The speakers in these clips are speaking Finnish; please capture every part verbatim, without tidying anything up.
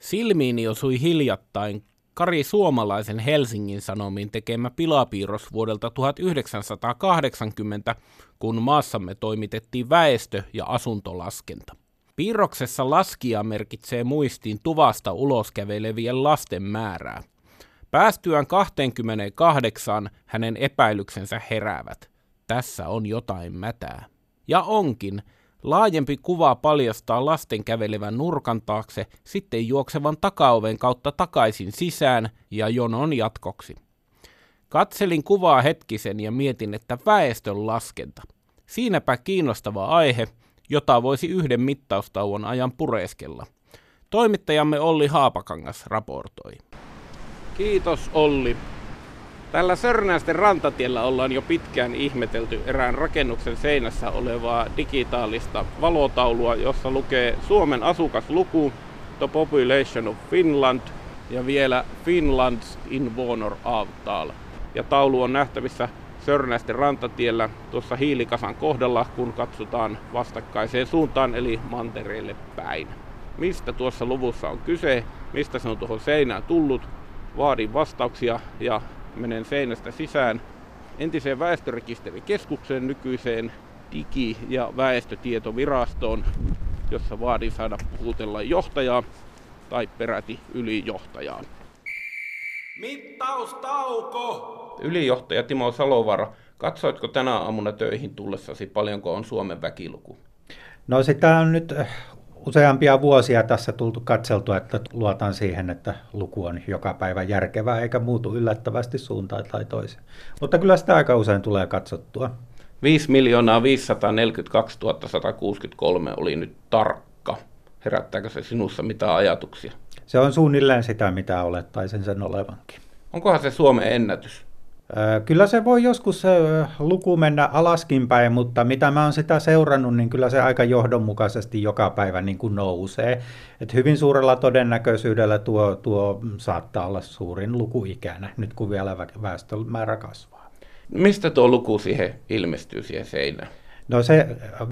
Silmiini osui hiljattain Kari Suomalaisen Helsingin Sanomiin tekemä pilapiirros vuodelta tuhatyhdeksänsataakahdeksankymmentä, kun maassamme toimitettiin väestö- ja asuntolaskenta. Piirroksessa laskija merkitsee muistiin tuvasta ulos kävelevien lasten määrää. Päästyään kaksikymmentäkahdeksan hänen epäilyksensä heräävät. Tässä on jotain mätää. Ja onkin. Laajempi kuva paljastaa lasten kävelevän nurkan taakse, sitten juoksevan takaoven kautta takaisin sisään ja jonon jatkoksi. Katselin kuvaa hetkisen ja mietin, että väestön laskenta. Siinäpä kiinnostava aihe, jota voisi yhden mittaustauon ajan pureskella. Toimittajamme Olli Haapakangas raportoi. Kiitos Olli. Tällä Sörnäisten rantatiellä ollaan jo pitkään ihmetelty erään rakennuksen seinässä olevaa digitaalista valotaulua, jossa lukee Suomen asukasluku, The Population of Finland ja vielä Finlands invånar avtal. Ja taulu on nähtävissä Sörnäisten rantatiellä tuossa hiilikasan kohdalla, kun katsotaan vastakkaiseen suuntaan eli mantereelle päin. Mistä tuossa luvussa on kyse, mistä se on tuohon seinään tullut, vaadin vastauksia ja menen seinästä sisään entiseen väestörekisterikeskukseen, nykyiseen Digi- ja väestötietovirastoon, jossa vaadin saada puhutella johtajaa tai peräti ylijohtajaa. Mittaustauko! Ylijohtaja Timo Salovaara, katsoitko tänä aamuna töihin tullessasi paljonko on Suomen väkiluku? No sitä on nyt useampia vuosia tässä tultu katseltua, että luotan siihen, että luku on joka päivä järkevää eikä muutu yllättävästi suuntaan tai toiseen. Mutta kyllä sitä aika usein tulee katsottua. viisi miljoonaa viisisataaneljäkymmentäkaksi sata kuusikymmentäkolme oli nyt tarkka. Herättääkö se sinussa mitään ajatuksia? Se on suunnilleen sitä, mitä olettaisin sen olevankin. Onkohan se Suomen ennätys? Kyllä se voi joskus se luku mennä alaskin päin, mutta mitä mä oon sitä seurannut, niin kyllä se aika johdonmukaisesti joka päivä niin kuin nousee. Et hyvin suurella todennäköisyydellä tuo, tuo saattaa olla suurin luku ikänä, nyt kun vielä väestömäärä kasvaa. Mistä tuo luku siihen ilmestyy siihen seinään? No se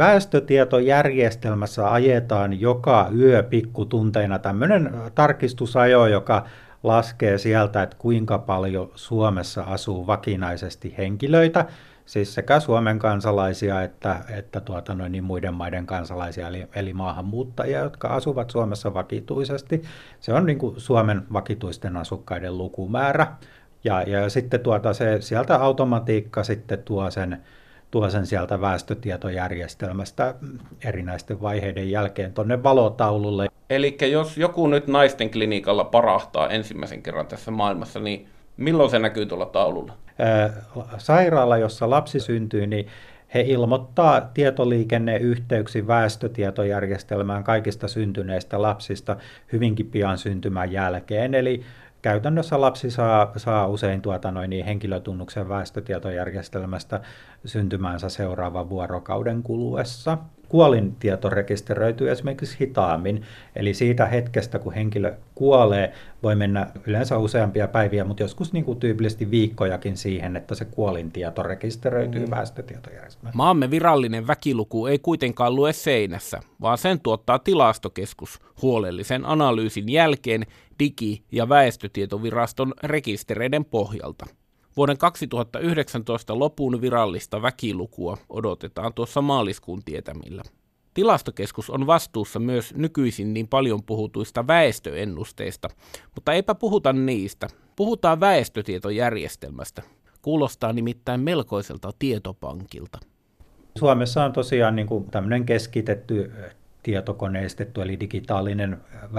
väestötietojärjestelmässä ajetaan joka yö pikkutunteina tämmöinen tarkistusajo, joka laskee sieltä, että kuinka paljon Suomessa asuu vakinaisesti henkilöitä, siis sekä Suomen kansalaisia että, että tuota noin, niin muiden maiden kansalaisia, eli, eli maahanmuuttajia, jotka asuvat Suomessa vakituisesti. Se on niin kuin Suomen vakituisten asukkaiden lukumäärä. Ja, ja sitten tuota se, sieltä automatiikka sitten tuo sen, tuo sen sieltä väestötietojärjestelmästä erinäisten vaiheiden jälkeen tuonne valotaululle. Eli jos joku nyt naisten klinikalla parahtaa ensimmäisen kerran tässä maailmassa, niin milloin se näkyy tuolla taululla? Sairaala, jossa lapsi syntyy, niin he ilmoittaa tietoliikenneyhteyksin väestötietojärjestelmään kaikista syntyneistä lapsista hyvinkin pian syntymän jälkeen. Eli käytännössä lapsi saa, saa usein tuota noin niin henkilötunnuksen väestötietojärjestelmästä syntymänsä seuraavan vuorokauden kuluessa. Kuolintieto rekisteröityy esimerkiksi hitaammin, eli siitä hetkestä, kun henkilö kuolee, voi mennä yleensä useampia päiviä, mutta joskus niin kuin tyypillisesti viikkojakin siihen, että se kuolintieto rekisteröityy mm. väestötietojärjestelmään. Maamme virallinen väkiluku ei kuitenkaan lue seinässä, vaan sen tuottaa tilastokeskus huolellisen analyysin jälkeen Digi- ja väestötietoviraston rekistereiden pohjalta. Vuoden kaksituhattayhdeksäntoista lopun virallista väkilukua odotetaan tuossa maaliskuun tietämillä. Tilastokeskus on vastuussa myös nykyisin niin paljon puhutuista väestöennusteista, mutta eipä puhuta niistä. Puhutaan väestötietojärjestelmästä. Kuulostaa nimittäin melkoiselta tietopankilta. Suomessa on tosiaan niin kuin tämmöinen keskitetty tietokoneistettu eli digitaalinen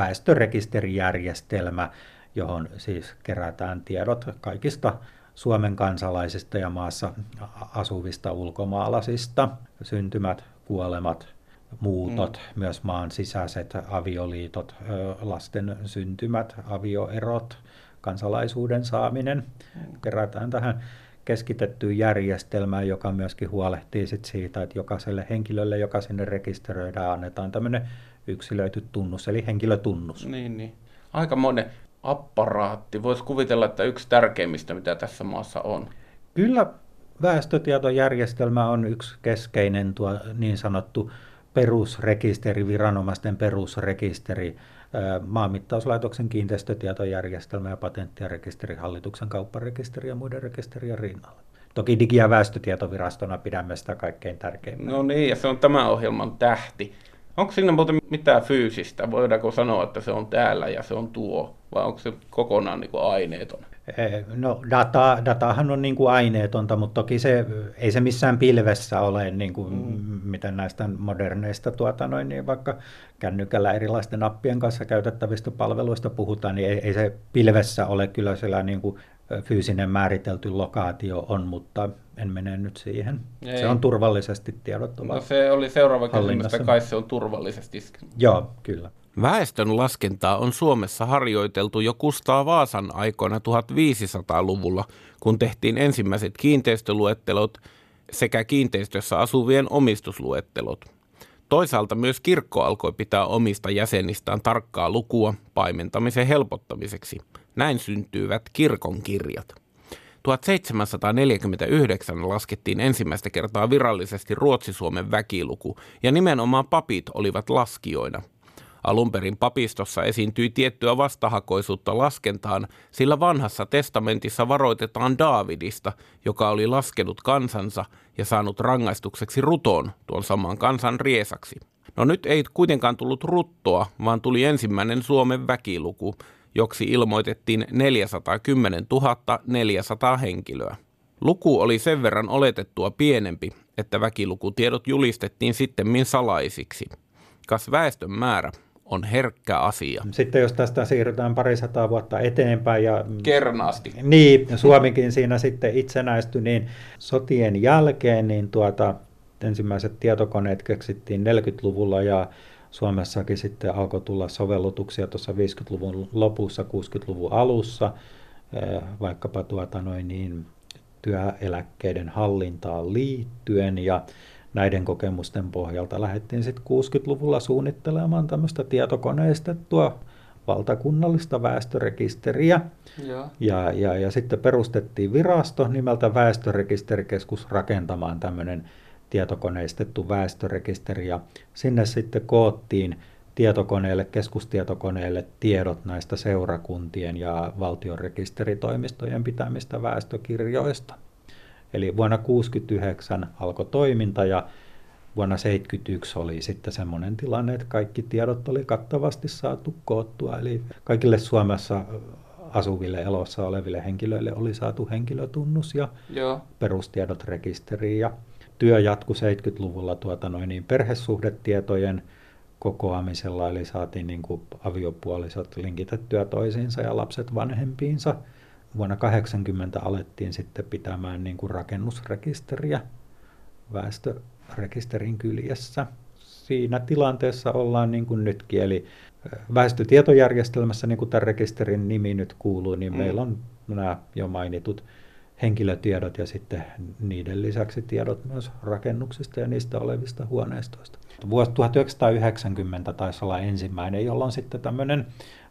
väestörekisterijärjestelmä, johon siis kerätään tiedot kaikista Suomen kansalaisista ja maassa asuvista ulkomaalaisista, syntymät, kuolemat, muutot, mm. myös maan sisäiset avioliitot, lasten syntymät, avioerot, kansalaisuuden saaminen. Mm. Kerätään tähän keskitettyyn järjestelmään, joka myöskin huolehtii sit siitä, että jokaiselle henkilölle, joka sinne rekisteröidään, annetaan tämmöinen yksilöity tunnus, eli henkilötunnus. Niin, niin. Aikamoinen apparaatti. Voisi kuvitella, että yksi tärkeimmistä, mitä tässä maassa on. Kyllä väestötietojärjestelmä on yksi keskeinen tuo niin sanottu perusrekisteri, viranomaisten perusrekisteri Maanmittauslaitoksen kiinteistötietojärjestelmä ja patentti- ja rekisteri, hallituksen kaupparekisteri ja muiden rekisterien rinnalla. Toki Digi- ja väestötietovirastona pidämme sitä kaikkein tärkeimpänä. No niin, ja se on tämän ohjelman tähti. Onko siinä muuten mitään fyysistä? Voidaanko sanoa, että se on täällä ja se on tuo, vai onko se kokonaan niin kuin aineeton? No data, datahan on niin kuin aineetonta, mutta toki se, ei se missään pilvessä ole, niin kuin, mm. miten näistä moderneista tuota noin, niin vaikka kännykällä erilaisten appien kanssa käytettävistä palveluista puhutaan, niin ei, ei se pilvessä ole kyllä siellä niin kuin fyysinen määritelty lokaatio on, mutta en mene nyt siihen. Ei. Se on turvallisesti tiedot ovat. No se oli seuraava kysymys, että kai se on turvallisesti. Joo, kyllä. Väestön laskentaa on Suomessa harjoiteltu jo Kustaa Vaasan aikoina viisitoistasataa-luvulla, kun tehtiin ensimmäiset kiinteistöluettelot sekä kiinteistössä asuvien omistusluettelot. Toisaalta myös kirkko alkoi pitää omista jäsenistään tarkkaa lukua paimentamisen helpottamiseksi. Näin syntyivät kirkonkirjat. tuhatseitsemänsataaneljäkymmentäyhdeksän laskettiin ensimmäistä kertaa virallisesti Ruotsi-Suomen väkiluku, ja nimenomaan papit olivat laskijoina. Alun perin papistossa esiintyi tiettyä vastahakoisuutta laskentaan, sillä vanhassa testamentissa varoitetaan Daavidista, joka oli laskenut kansansa ja saanut rangaistukseksi ruton tuon saman kansan riesaksi. No nyt ei kuitenkaan tullut ruttoa, vaan tuli ensimmäinen Suomen väkiluku, joksi ilmoitettiin neljäsataakymmentätuhatta neljäsataa henkilöä. Luku oli sen verran oletettua pienempi, että väkilukutiedot julistettiin sittemmin salaisiksi. Kas väestön määrä on herkkä asia. Sitten jos tästä siirrytään parisataa vuotta eteenpäin ja kernaasti. Niin, Suomikin siinä sitten itsenäistyi, niin sotien jälkeen niin tuota, ensimmäiset tietokoneet keksittiin neljäkymmentäluvulla ja Suomessakin sitten alkoi tulla sovellutuksia tuossa viisikymmentäluvun lopussa, kuusikymmentäluvun alussa, vaikkapa tuota noin niin, työeläkkeiden hallintaan liittyen, ja näiden kokemusten pohjalta lähdettiin sitten kuusikymmentäluvulla suunnittelemaan tämmöistä tietokoneistettua valtakunnallista väestörekisteriä. Ja. Ja, ja, ja sitten perustettiin virasto nimeltä Väestörekisterikeskus rakentamaan tämmöinen tietokoneistettu väestörekisteri, ja sinne sitten koottiin tietokoneelle, keskustietokoneelle tiedot näistä seurakuntien ja valtionrekisteritoimistojen pitämistä väestökirjoista. Eli vuonna tuhatyhdeksänsataakuusikymmentäyhdeksän alkoi toiminta ja vuonna seitsemänkymmentäyksi oli sitten semmoinen tilanne, että kaikki tiedot oli kattavasti saatu koottua. Eli kaikille Suomessa asuville elossa oleville henkilöille oli saatu henkilötunnus ja Joo. perustiedot rekisteriin. Ja työ jatkui seitsemänkymmentäluvulla tuota noin niin perhesuhdetietojen kokoamisella, eli saatiin niin kuin aviopuolisot linkitettyä toisiinsa ja lapset vanhempiinsa. Vuonna kahdeksankymmentä alettiin sitten pitämään niin kuin rakennusrekisteriä väestörekisterin kyljessä. Siinä tilanteessa ollaan niin kuin nytkin, eli väestötietojärjestelmässä, niin kuin tämän rekisterin nimi nyt kuuluu, niin mm. meillä on nämä jo mainitut henkilötiedot ja sitten niiden lisäksi tiedot myös rakennuksista ja niistä olevista huoneistoista. Vuosi tuhatyhdeksänsataayhdeksänkymmentä taisi olla ensimmäinen, jolloin sitten tämmöinen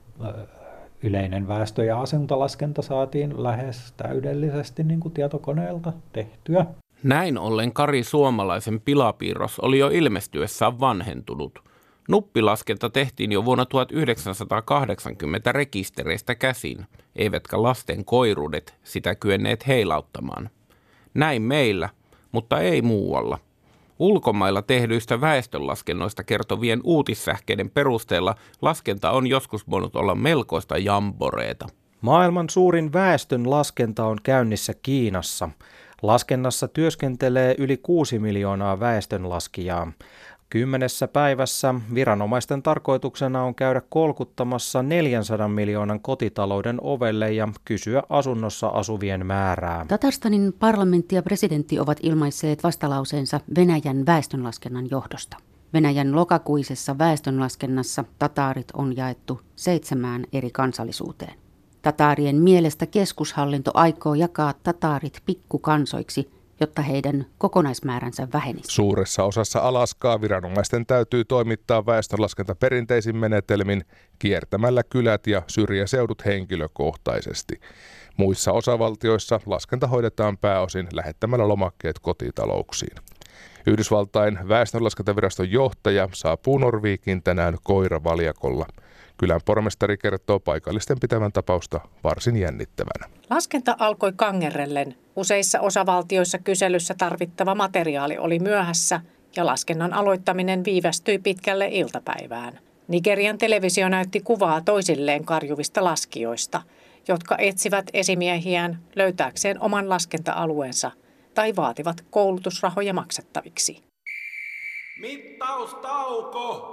yleinen väestö- ja asuntolaskenta saatiin lähes täydellisesti niin kuin tietokoneelta tehtyä. Näin ollen Kari Suomalaisen pilapiirros oli jo ilmestyessään vanhentunut. Nuppilaskenta tehtiin jo vuonna tuhatyhdeksänsataakahdeksankymmentä rekistereistä käsin, eivätkä lasten koiruudet sitä kyenneet heilauttamaan. Näin meillä, mutta ei muualla. Ulkomailla tehdyistä väestönlaskennoista kertovien uutissähkeiden perusteella laskenta on joskus voinut olla melkoista jamboreeta. Maailman suurin väestönlaskenta on käynnissä Kiinassa. Laskennassa työskentelee yli kuusi miljoonaa väestönlaskijaa. Kymmenessä päivässä viranomaisten tarkoituksena on käydä kolkuttamassa neljänsadan miljoonan kotitalouden ovelle ja kysyä asunnossa asuvien määrää. Tatarstanin parlamentti ja presidentti ovat ilmaisseet vastalauseensa Venäjän väestönlaskennan johdosta. Venäjän lokakuisessa väestönlaskennassa tataarit on jaettu seitsemään eri kansallisuuteen. Tataarien mielestä keskushallinto aikoo jakaa tataarit pikkukansoiksi, jotta heidän kokonaismääränsä vähenisi. Suuressa osassa Alaskaa viranomaisten täytyy toimittaa väestönlaskenta perinteisin menetelmin kiertämällä kylät ja syrjäseudut henkilökohtaisesti. Muissa osavaltioissa laskenta hoidetaan pääosin lähettämällä lomakkeet kotitalouksiin. Yhdysvaltain väestönlaskentaviraston johtaja saapuu Norviikiin tänään koiravaljakolla. Kylän pormestari kertoo paikallisten pitävän tapausta varsin jännittävänä. Laskenta alkoi kangerrellen. Useissa osavaltioissa kyselyssä tarvittava materiaali oli myöhässä ja laskennan aloittaminen viivästyi pitkälle iltapäivään. Nigerian televisio näytti kuvaa toisilleen karjuvista laskijoista, jotka etsivät esimiehiään löytääkseen oman laskenta-alueensa tai vaativat koulutusrahoja maksettaviksi. Mittaustauko!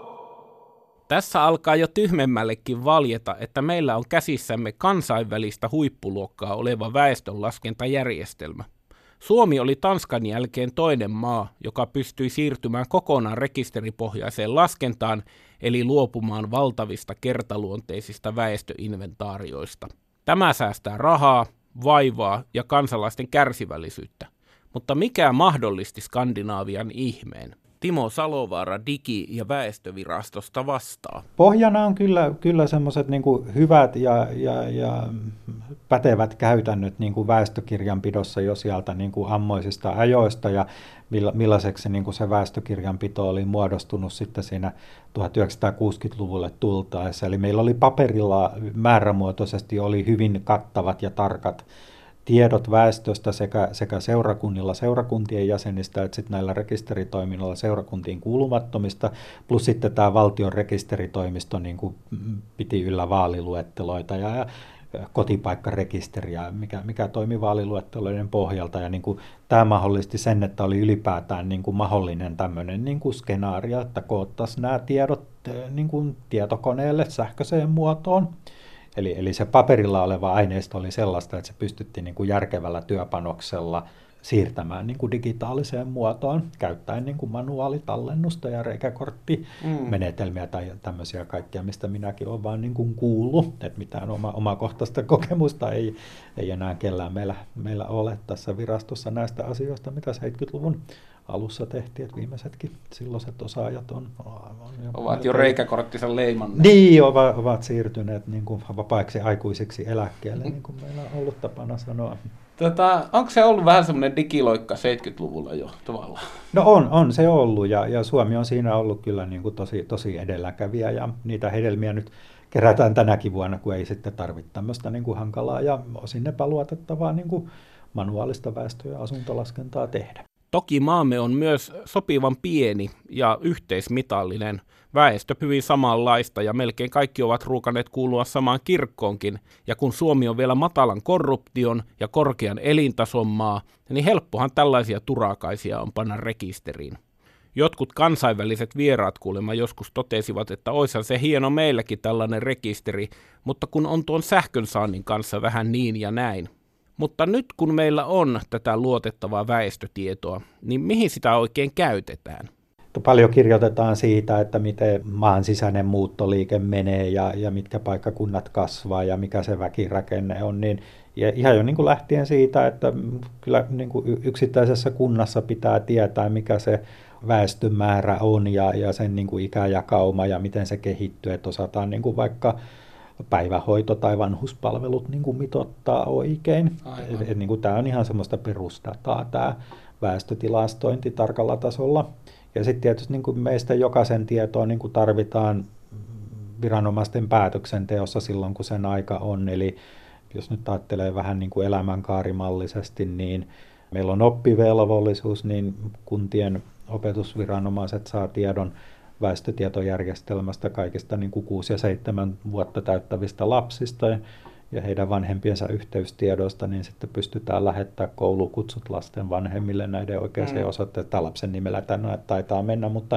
Tässä alkaa jo tyhmemmällekin valjeta, että meillä on käsissämme kansainvälistä huippuluokkaa oleva väestönlaskentajärjestelmä. Suomi oli Tanskan jälkeen toinen maa, joka pystyi siirtymään kokonaan rekisteripohjaiseen laskentaan, eli luopumaan valtavista kertaluonteisista väestöinventaarioista. Tämä säästää rahaa, vaivaa ja kansalaisten kärsivällisyyttä. Mutta mikä mahdollisti Skandinaavian ihmeen? Timo Salovaara Digi- ja väestövirastosta vastaa. Pohjana on kyllä, kyllä semmoiset niin kuin hyvät ja, ja, ja pätevät käytännöt niin kuin väestökirjanpidossa jo sieltä niin kuin ammoisista ajoista ja milla, millaiseksi niin kuin se väestökirjanpito oli muodostunut sitten siinä tuhatyhdeksänsataakuusikymmentäluvulle tultaessa. Eli meillä oli paperilla määrämuotoisesti oli hyvin kattavat ja tarkat tiedot väestöstä sekä, sekä seurakunnilla seurakuntien jäsenistä että sitten näillä rekisteritoiminnoilla seurakuntiin kuulumattomista, plus sitten tämä valtion rekisteritoimisto niin kuin piti yllä vaaliluetteloita ja, ja kotipaikkarekisteriä, mikä, mikä toimi vaaliluetteloiden pohjalta. Ja niin kuin, tämä mahdollisti sen, että oli ylipäätään niin kuin mahdollinen tämmöinen niin kuin skenaario, että koottaisiin nämä tiedot niin kuin tietokoneelle sähköiseen muotoon. Eli, eli se paperilla oleva aineisto oli sellaista, että se pystyttiin niin kuin järkevällä työpanoksella siirtämään niin kuin digitaaliseen muotoon, käyttäen niin kuin manuaalitallennusta ja reikäkorttimenetelmiä tai tämmöisiä kaikkia, mistä minäkin olen vaan niin kuin kuullut, että mitään oma, omakohtaista kokemusta ei, ei enää kellään meillä, meillä ole tässä virastossa näistä asioista, mitä seitsemänkymmentäluvun alussa tehtiin, että viimeisetkin silloiset osaajat on... on jo ovat jo reikäkorttisen leimanneet. Niin, ovat, ovat siirtyneet niin kuin vapaiksi aikuisiksi eläkkeelle, niin kuin meillä on ollut tapana sanoa. Tota, onko se ollut vähän semmoinen digiloikka seitsemänkymmentäluvulla jo tavallaan? No on, on se ollut ja, ja Suomi on siinä ollut kyllä niin kuin tosi, tosi edelläkävijä ja niitä hedelmiä nyt kerätään tänäkin vuonna, kun ei sitten tarvitse tämmöistä niin kuin hankalaa ja osin epäluotettavaa niin kuin manuaalista väestö- ja asuntolaskentaa tehdä. Toki maamme on myös sopivan pieni ja yhteismitallinen, väestö hyvin samanlaista ja melkein kaikki ovat ruukanneet kuulua samaan kirkkoonkin. Ja kun Suomi on vielä matalan korruption ja korkean elintason maa, niin helppohan tällaisia turakaisia on panna rekisteriin. Jotkut kansainväliset vieraat kuulemma joskus totesivat, että oishan se hieno meilläkin tällainen rekisteri, mutta kun on tuon sähkönsaannin kanssa vähän niin ja näin. Mutta nyt kun meillä on tätä luotettavaa väestötietoa, niin mihin sitä oikein käytetään? Paljon kirjoitetaan siitä, että miten maan sisäinen muuttoliike menee ja, ja mitkä paikkakunnat kasvaa ja mikä se väkirakenne on. Niin, ja ihan jo niin kuin lähtien siitä, että kyllä niin kuin yksittäisessä kunnassa pitää tietää, mikä se väestömäärä on ja, ja sen niin kuin ikäjakauma ja miten se kehittyy, että osataan niin kuin vaikka päivähoito- tai vanhuspalvelut niin kuin mitottaa oikein. Et, et, niin kuin tämä on ihan semmoista perusdataa, tämä väestötilastointi tarkalla tasolla. Ja sitten tietysti niin kuin meistä jokaisen tietoa niin kuin tarvitaan viranomaisten päätöksenteossa silloin, kun sen aika on. Eli jos nyt ajattelee vähän niin kuin elämänkaarimallisesti, niin meillä on oppivelvollisuus, niin kuntien opetusviranomaiset saa tiedon väestötietojärjestelmästä kaikista niin kuin kuusi ja seitsemän vuotta täyttävistä lapsista ja heidän vanhempiensa yhteystiedoista, niin sitten pystytään lähettämään koulukutsut lasten vanhemmille näiden oikeaan mm. osoitteeseen. Lapsen nimellä tänään taitaa mennä, mutta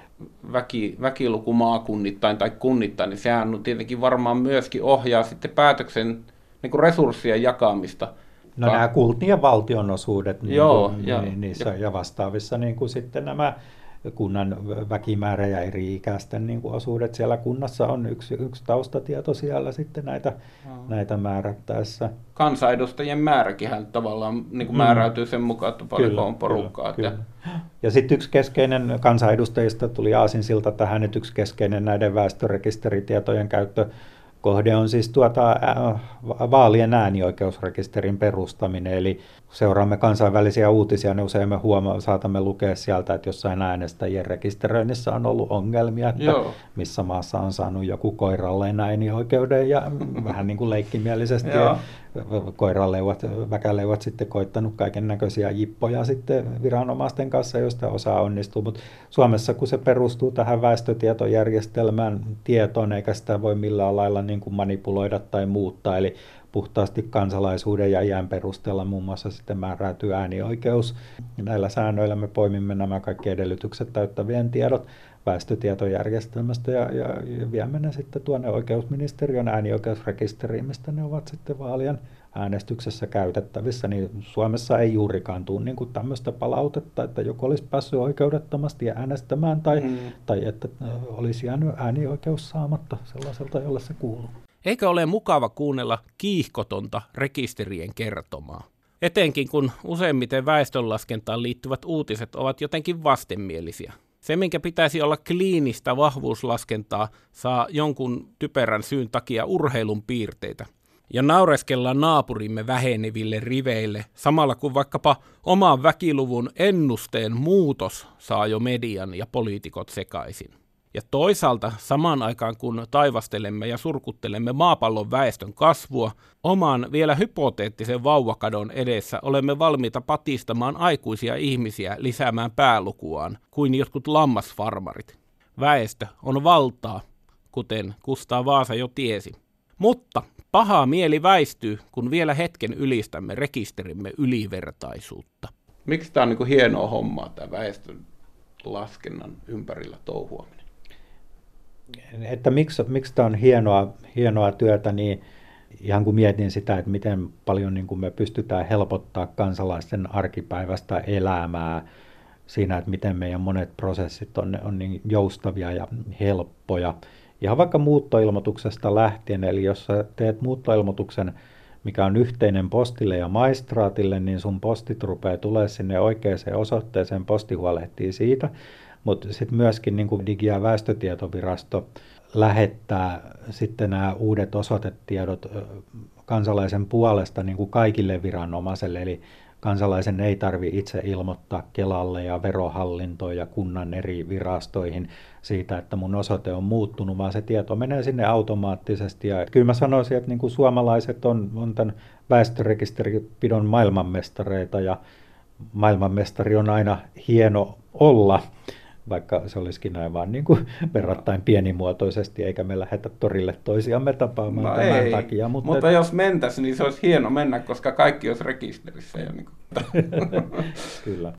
Väki, väkiluku maakunnittain tai kunnittain, niin sehän on tietenkin varmaan myöskin ohjaa sitten päätöksen niin kuin resurssien jakamista. No nämä kuntien valtionosuudet niin Joo, kuin, ja, niissä ja, ja vastaavissa niin kuin sitten nämä kunnan väkimäärä ja eri-ikäisten niin kuin osuudet siellä kunnassa on yksi, yksi taustatieto siellä sitten näitä, no. näitä määrättäessä. Kansanedustajien määräkin tavallaan niin kuin määräytyy sen mukaan, että paljonko on porukkaa. Kyllä, kyllä. Ja sitten yksi keskeinen kansanedustajista tuli aasinsilta tähän, että yksi keskeinen näiden väestörekisteritietojen käyttö kohde on siis tuota äh, vaalien äänioikeusrekisterin perustaminen, eli seuraamme kansainvälisiä uutisia, niin usein me huoma- saatamme lukea sieltä, että jossain äänestäjien rekisteröinnissä on ollut ongelmia, että Joo. missä maassa on saanut joku koiralleen äänioikeuden ja vähän niin kuin leikkimielisesti koiraleuvat, väkäleuvat sitten koittanut kaiken näköisiä jippoja sitten viranomaisten kanssa, joista osa onnistuu, mutta Suomessa kun se perustuu tähän väestötietojärjestelmään tietoon, eikä sitä voi millään lailla niin kuin manipuloida tai muuttaa, eli puhtaasti kansalaisuuden ja iän perusteella muun muassa sitten määräytyy äänioikeus. Näillä säännöillä me poimimme nämä kaikki edellytykset täyttävien tiedot väestötietojärjestelmästä ja, ja, ja viemme ne sitten tuonne oikeusministeriön äänioikeusrekisteriin, mistä ne ovat sitten vaalien äänestyksessä käytettävissä, niin Suomessa ei juurikaan tule niin kuin tämmöistä palautetta, että joku olisi päässyt oikeudettomasti äänestämään tai, mm. tai että olisi jäänyt äänioikeus saamatta sellaiselta, jolle se kuuluu. Eikä ole mukava kuunnella kiihkotonta rekisterien kertomaa. Etenkin kun useimmiten väestönlaskentaan liittyvät uutiset ovat jotenkin vastenmielisiä. Se, minkä pitäisi olla kliinistä vahvuuslaskentaa, saa jonkun typerän syyn takia urheilun piirteitä. Ja naureskellaan naapurimme väheneville riveille, samalla kun vaikkapa oman väkiluvun ennusteen muutos saa jo median ja poliitikot sekaisin. Ja toisaalta samaan aikaan kun taivastelemme ja surkuttelemme maapallon väestön kasvua, oman vielä hypoteettisen vauvakadon edessä olemme valmiita patistamaan aikuisia ihmisiä lisäämään päälukuaan kuin jotkut lammasfarmarit. Väestö on valtaa, kuten Kustaa Vaasa jo tiesi. Mutta paha mieli väistyy, kun vielä hetken ylistämme rekisterimme ylivertaisuutta. Miksi tämä on niin kuin hienoa hommaa, tämä väestön laskennan ympärillä touhuaminen? Että miksi, miksi tämä on hienoa, hienoa työtä, niin ihan kun mietin sitä, että miten paljon niin kuin me pystytään helpottaa kansalaisten arkipäivästä elämää siinä, että miten meidän monet prosessit on, on niin joustavia ja helppoja. Ihan vaikka muuttoilmoituksesta lähtien, eli jos sä teet muuttoilmoituksen, mikä on yhteinen postille ja maistraatille, niin sun postit rupeaa tulemaan sinne oikeaan osoitteeseen, posti huolehtii siitä. Mutta sitten myöskin niin kuin Digi- ja väestötietovirasto lähettää sitten nämä uudet osoitetiedot kansalaisen puolesta niin kuin kaikille viranomaisille. Eli kansalaisen ei tarvitse itse ilmoittaa Kelalle ja verohallintoon ja kunnan eri virastoihin siitä, että mun osoite on muuttunut, vaan se tieto menee sinne automaattisesti. Ja kyllä mä sanoisin, että niin kuin suomalaiset on, on tämän väestörekisteripidon maailmanmestareita ja maailmanmestari on aina hieno olla, vaikka se olisikin näin vaan niin kuin verrattain pienimuotoisesti, eikä me lähdetä torille toisiamme tapaamaan no tämän ei, takia. Mutta, mutta jos mentäisiin, niin se olisi hieno mennä, koska kaikki olisi rekisterissä. Ja niin kuin. Kyllä.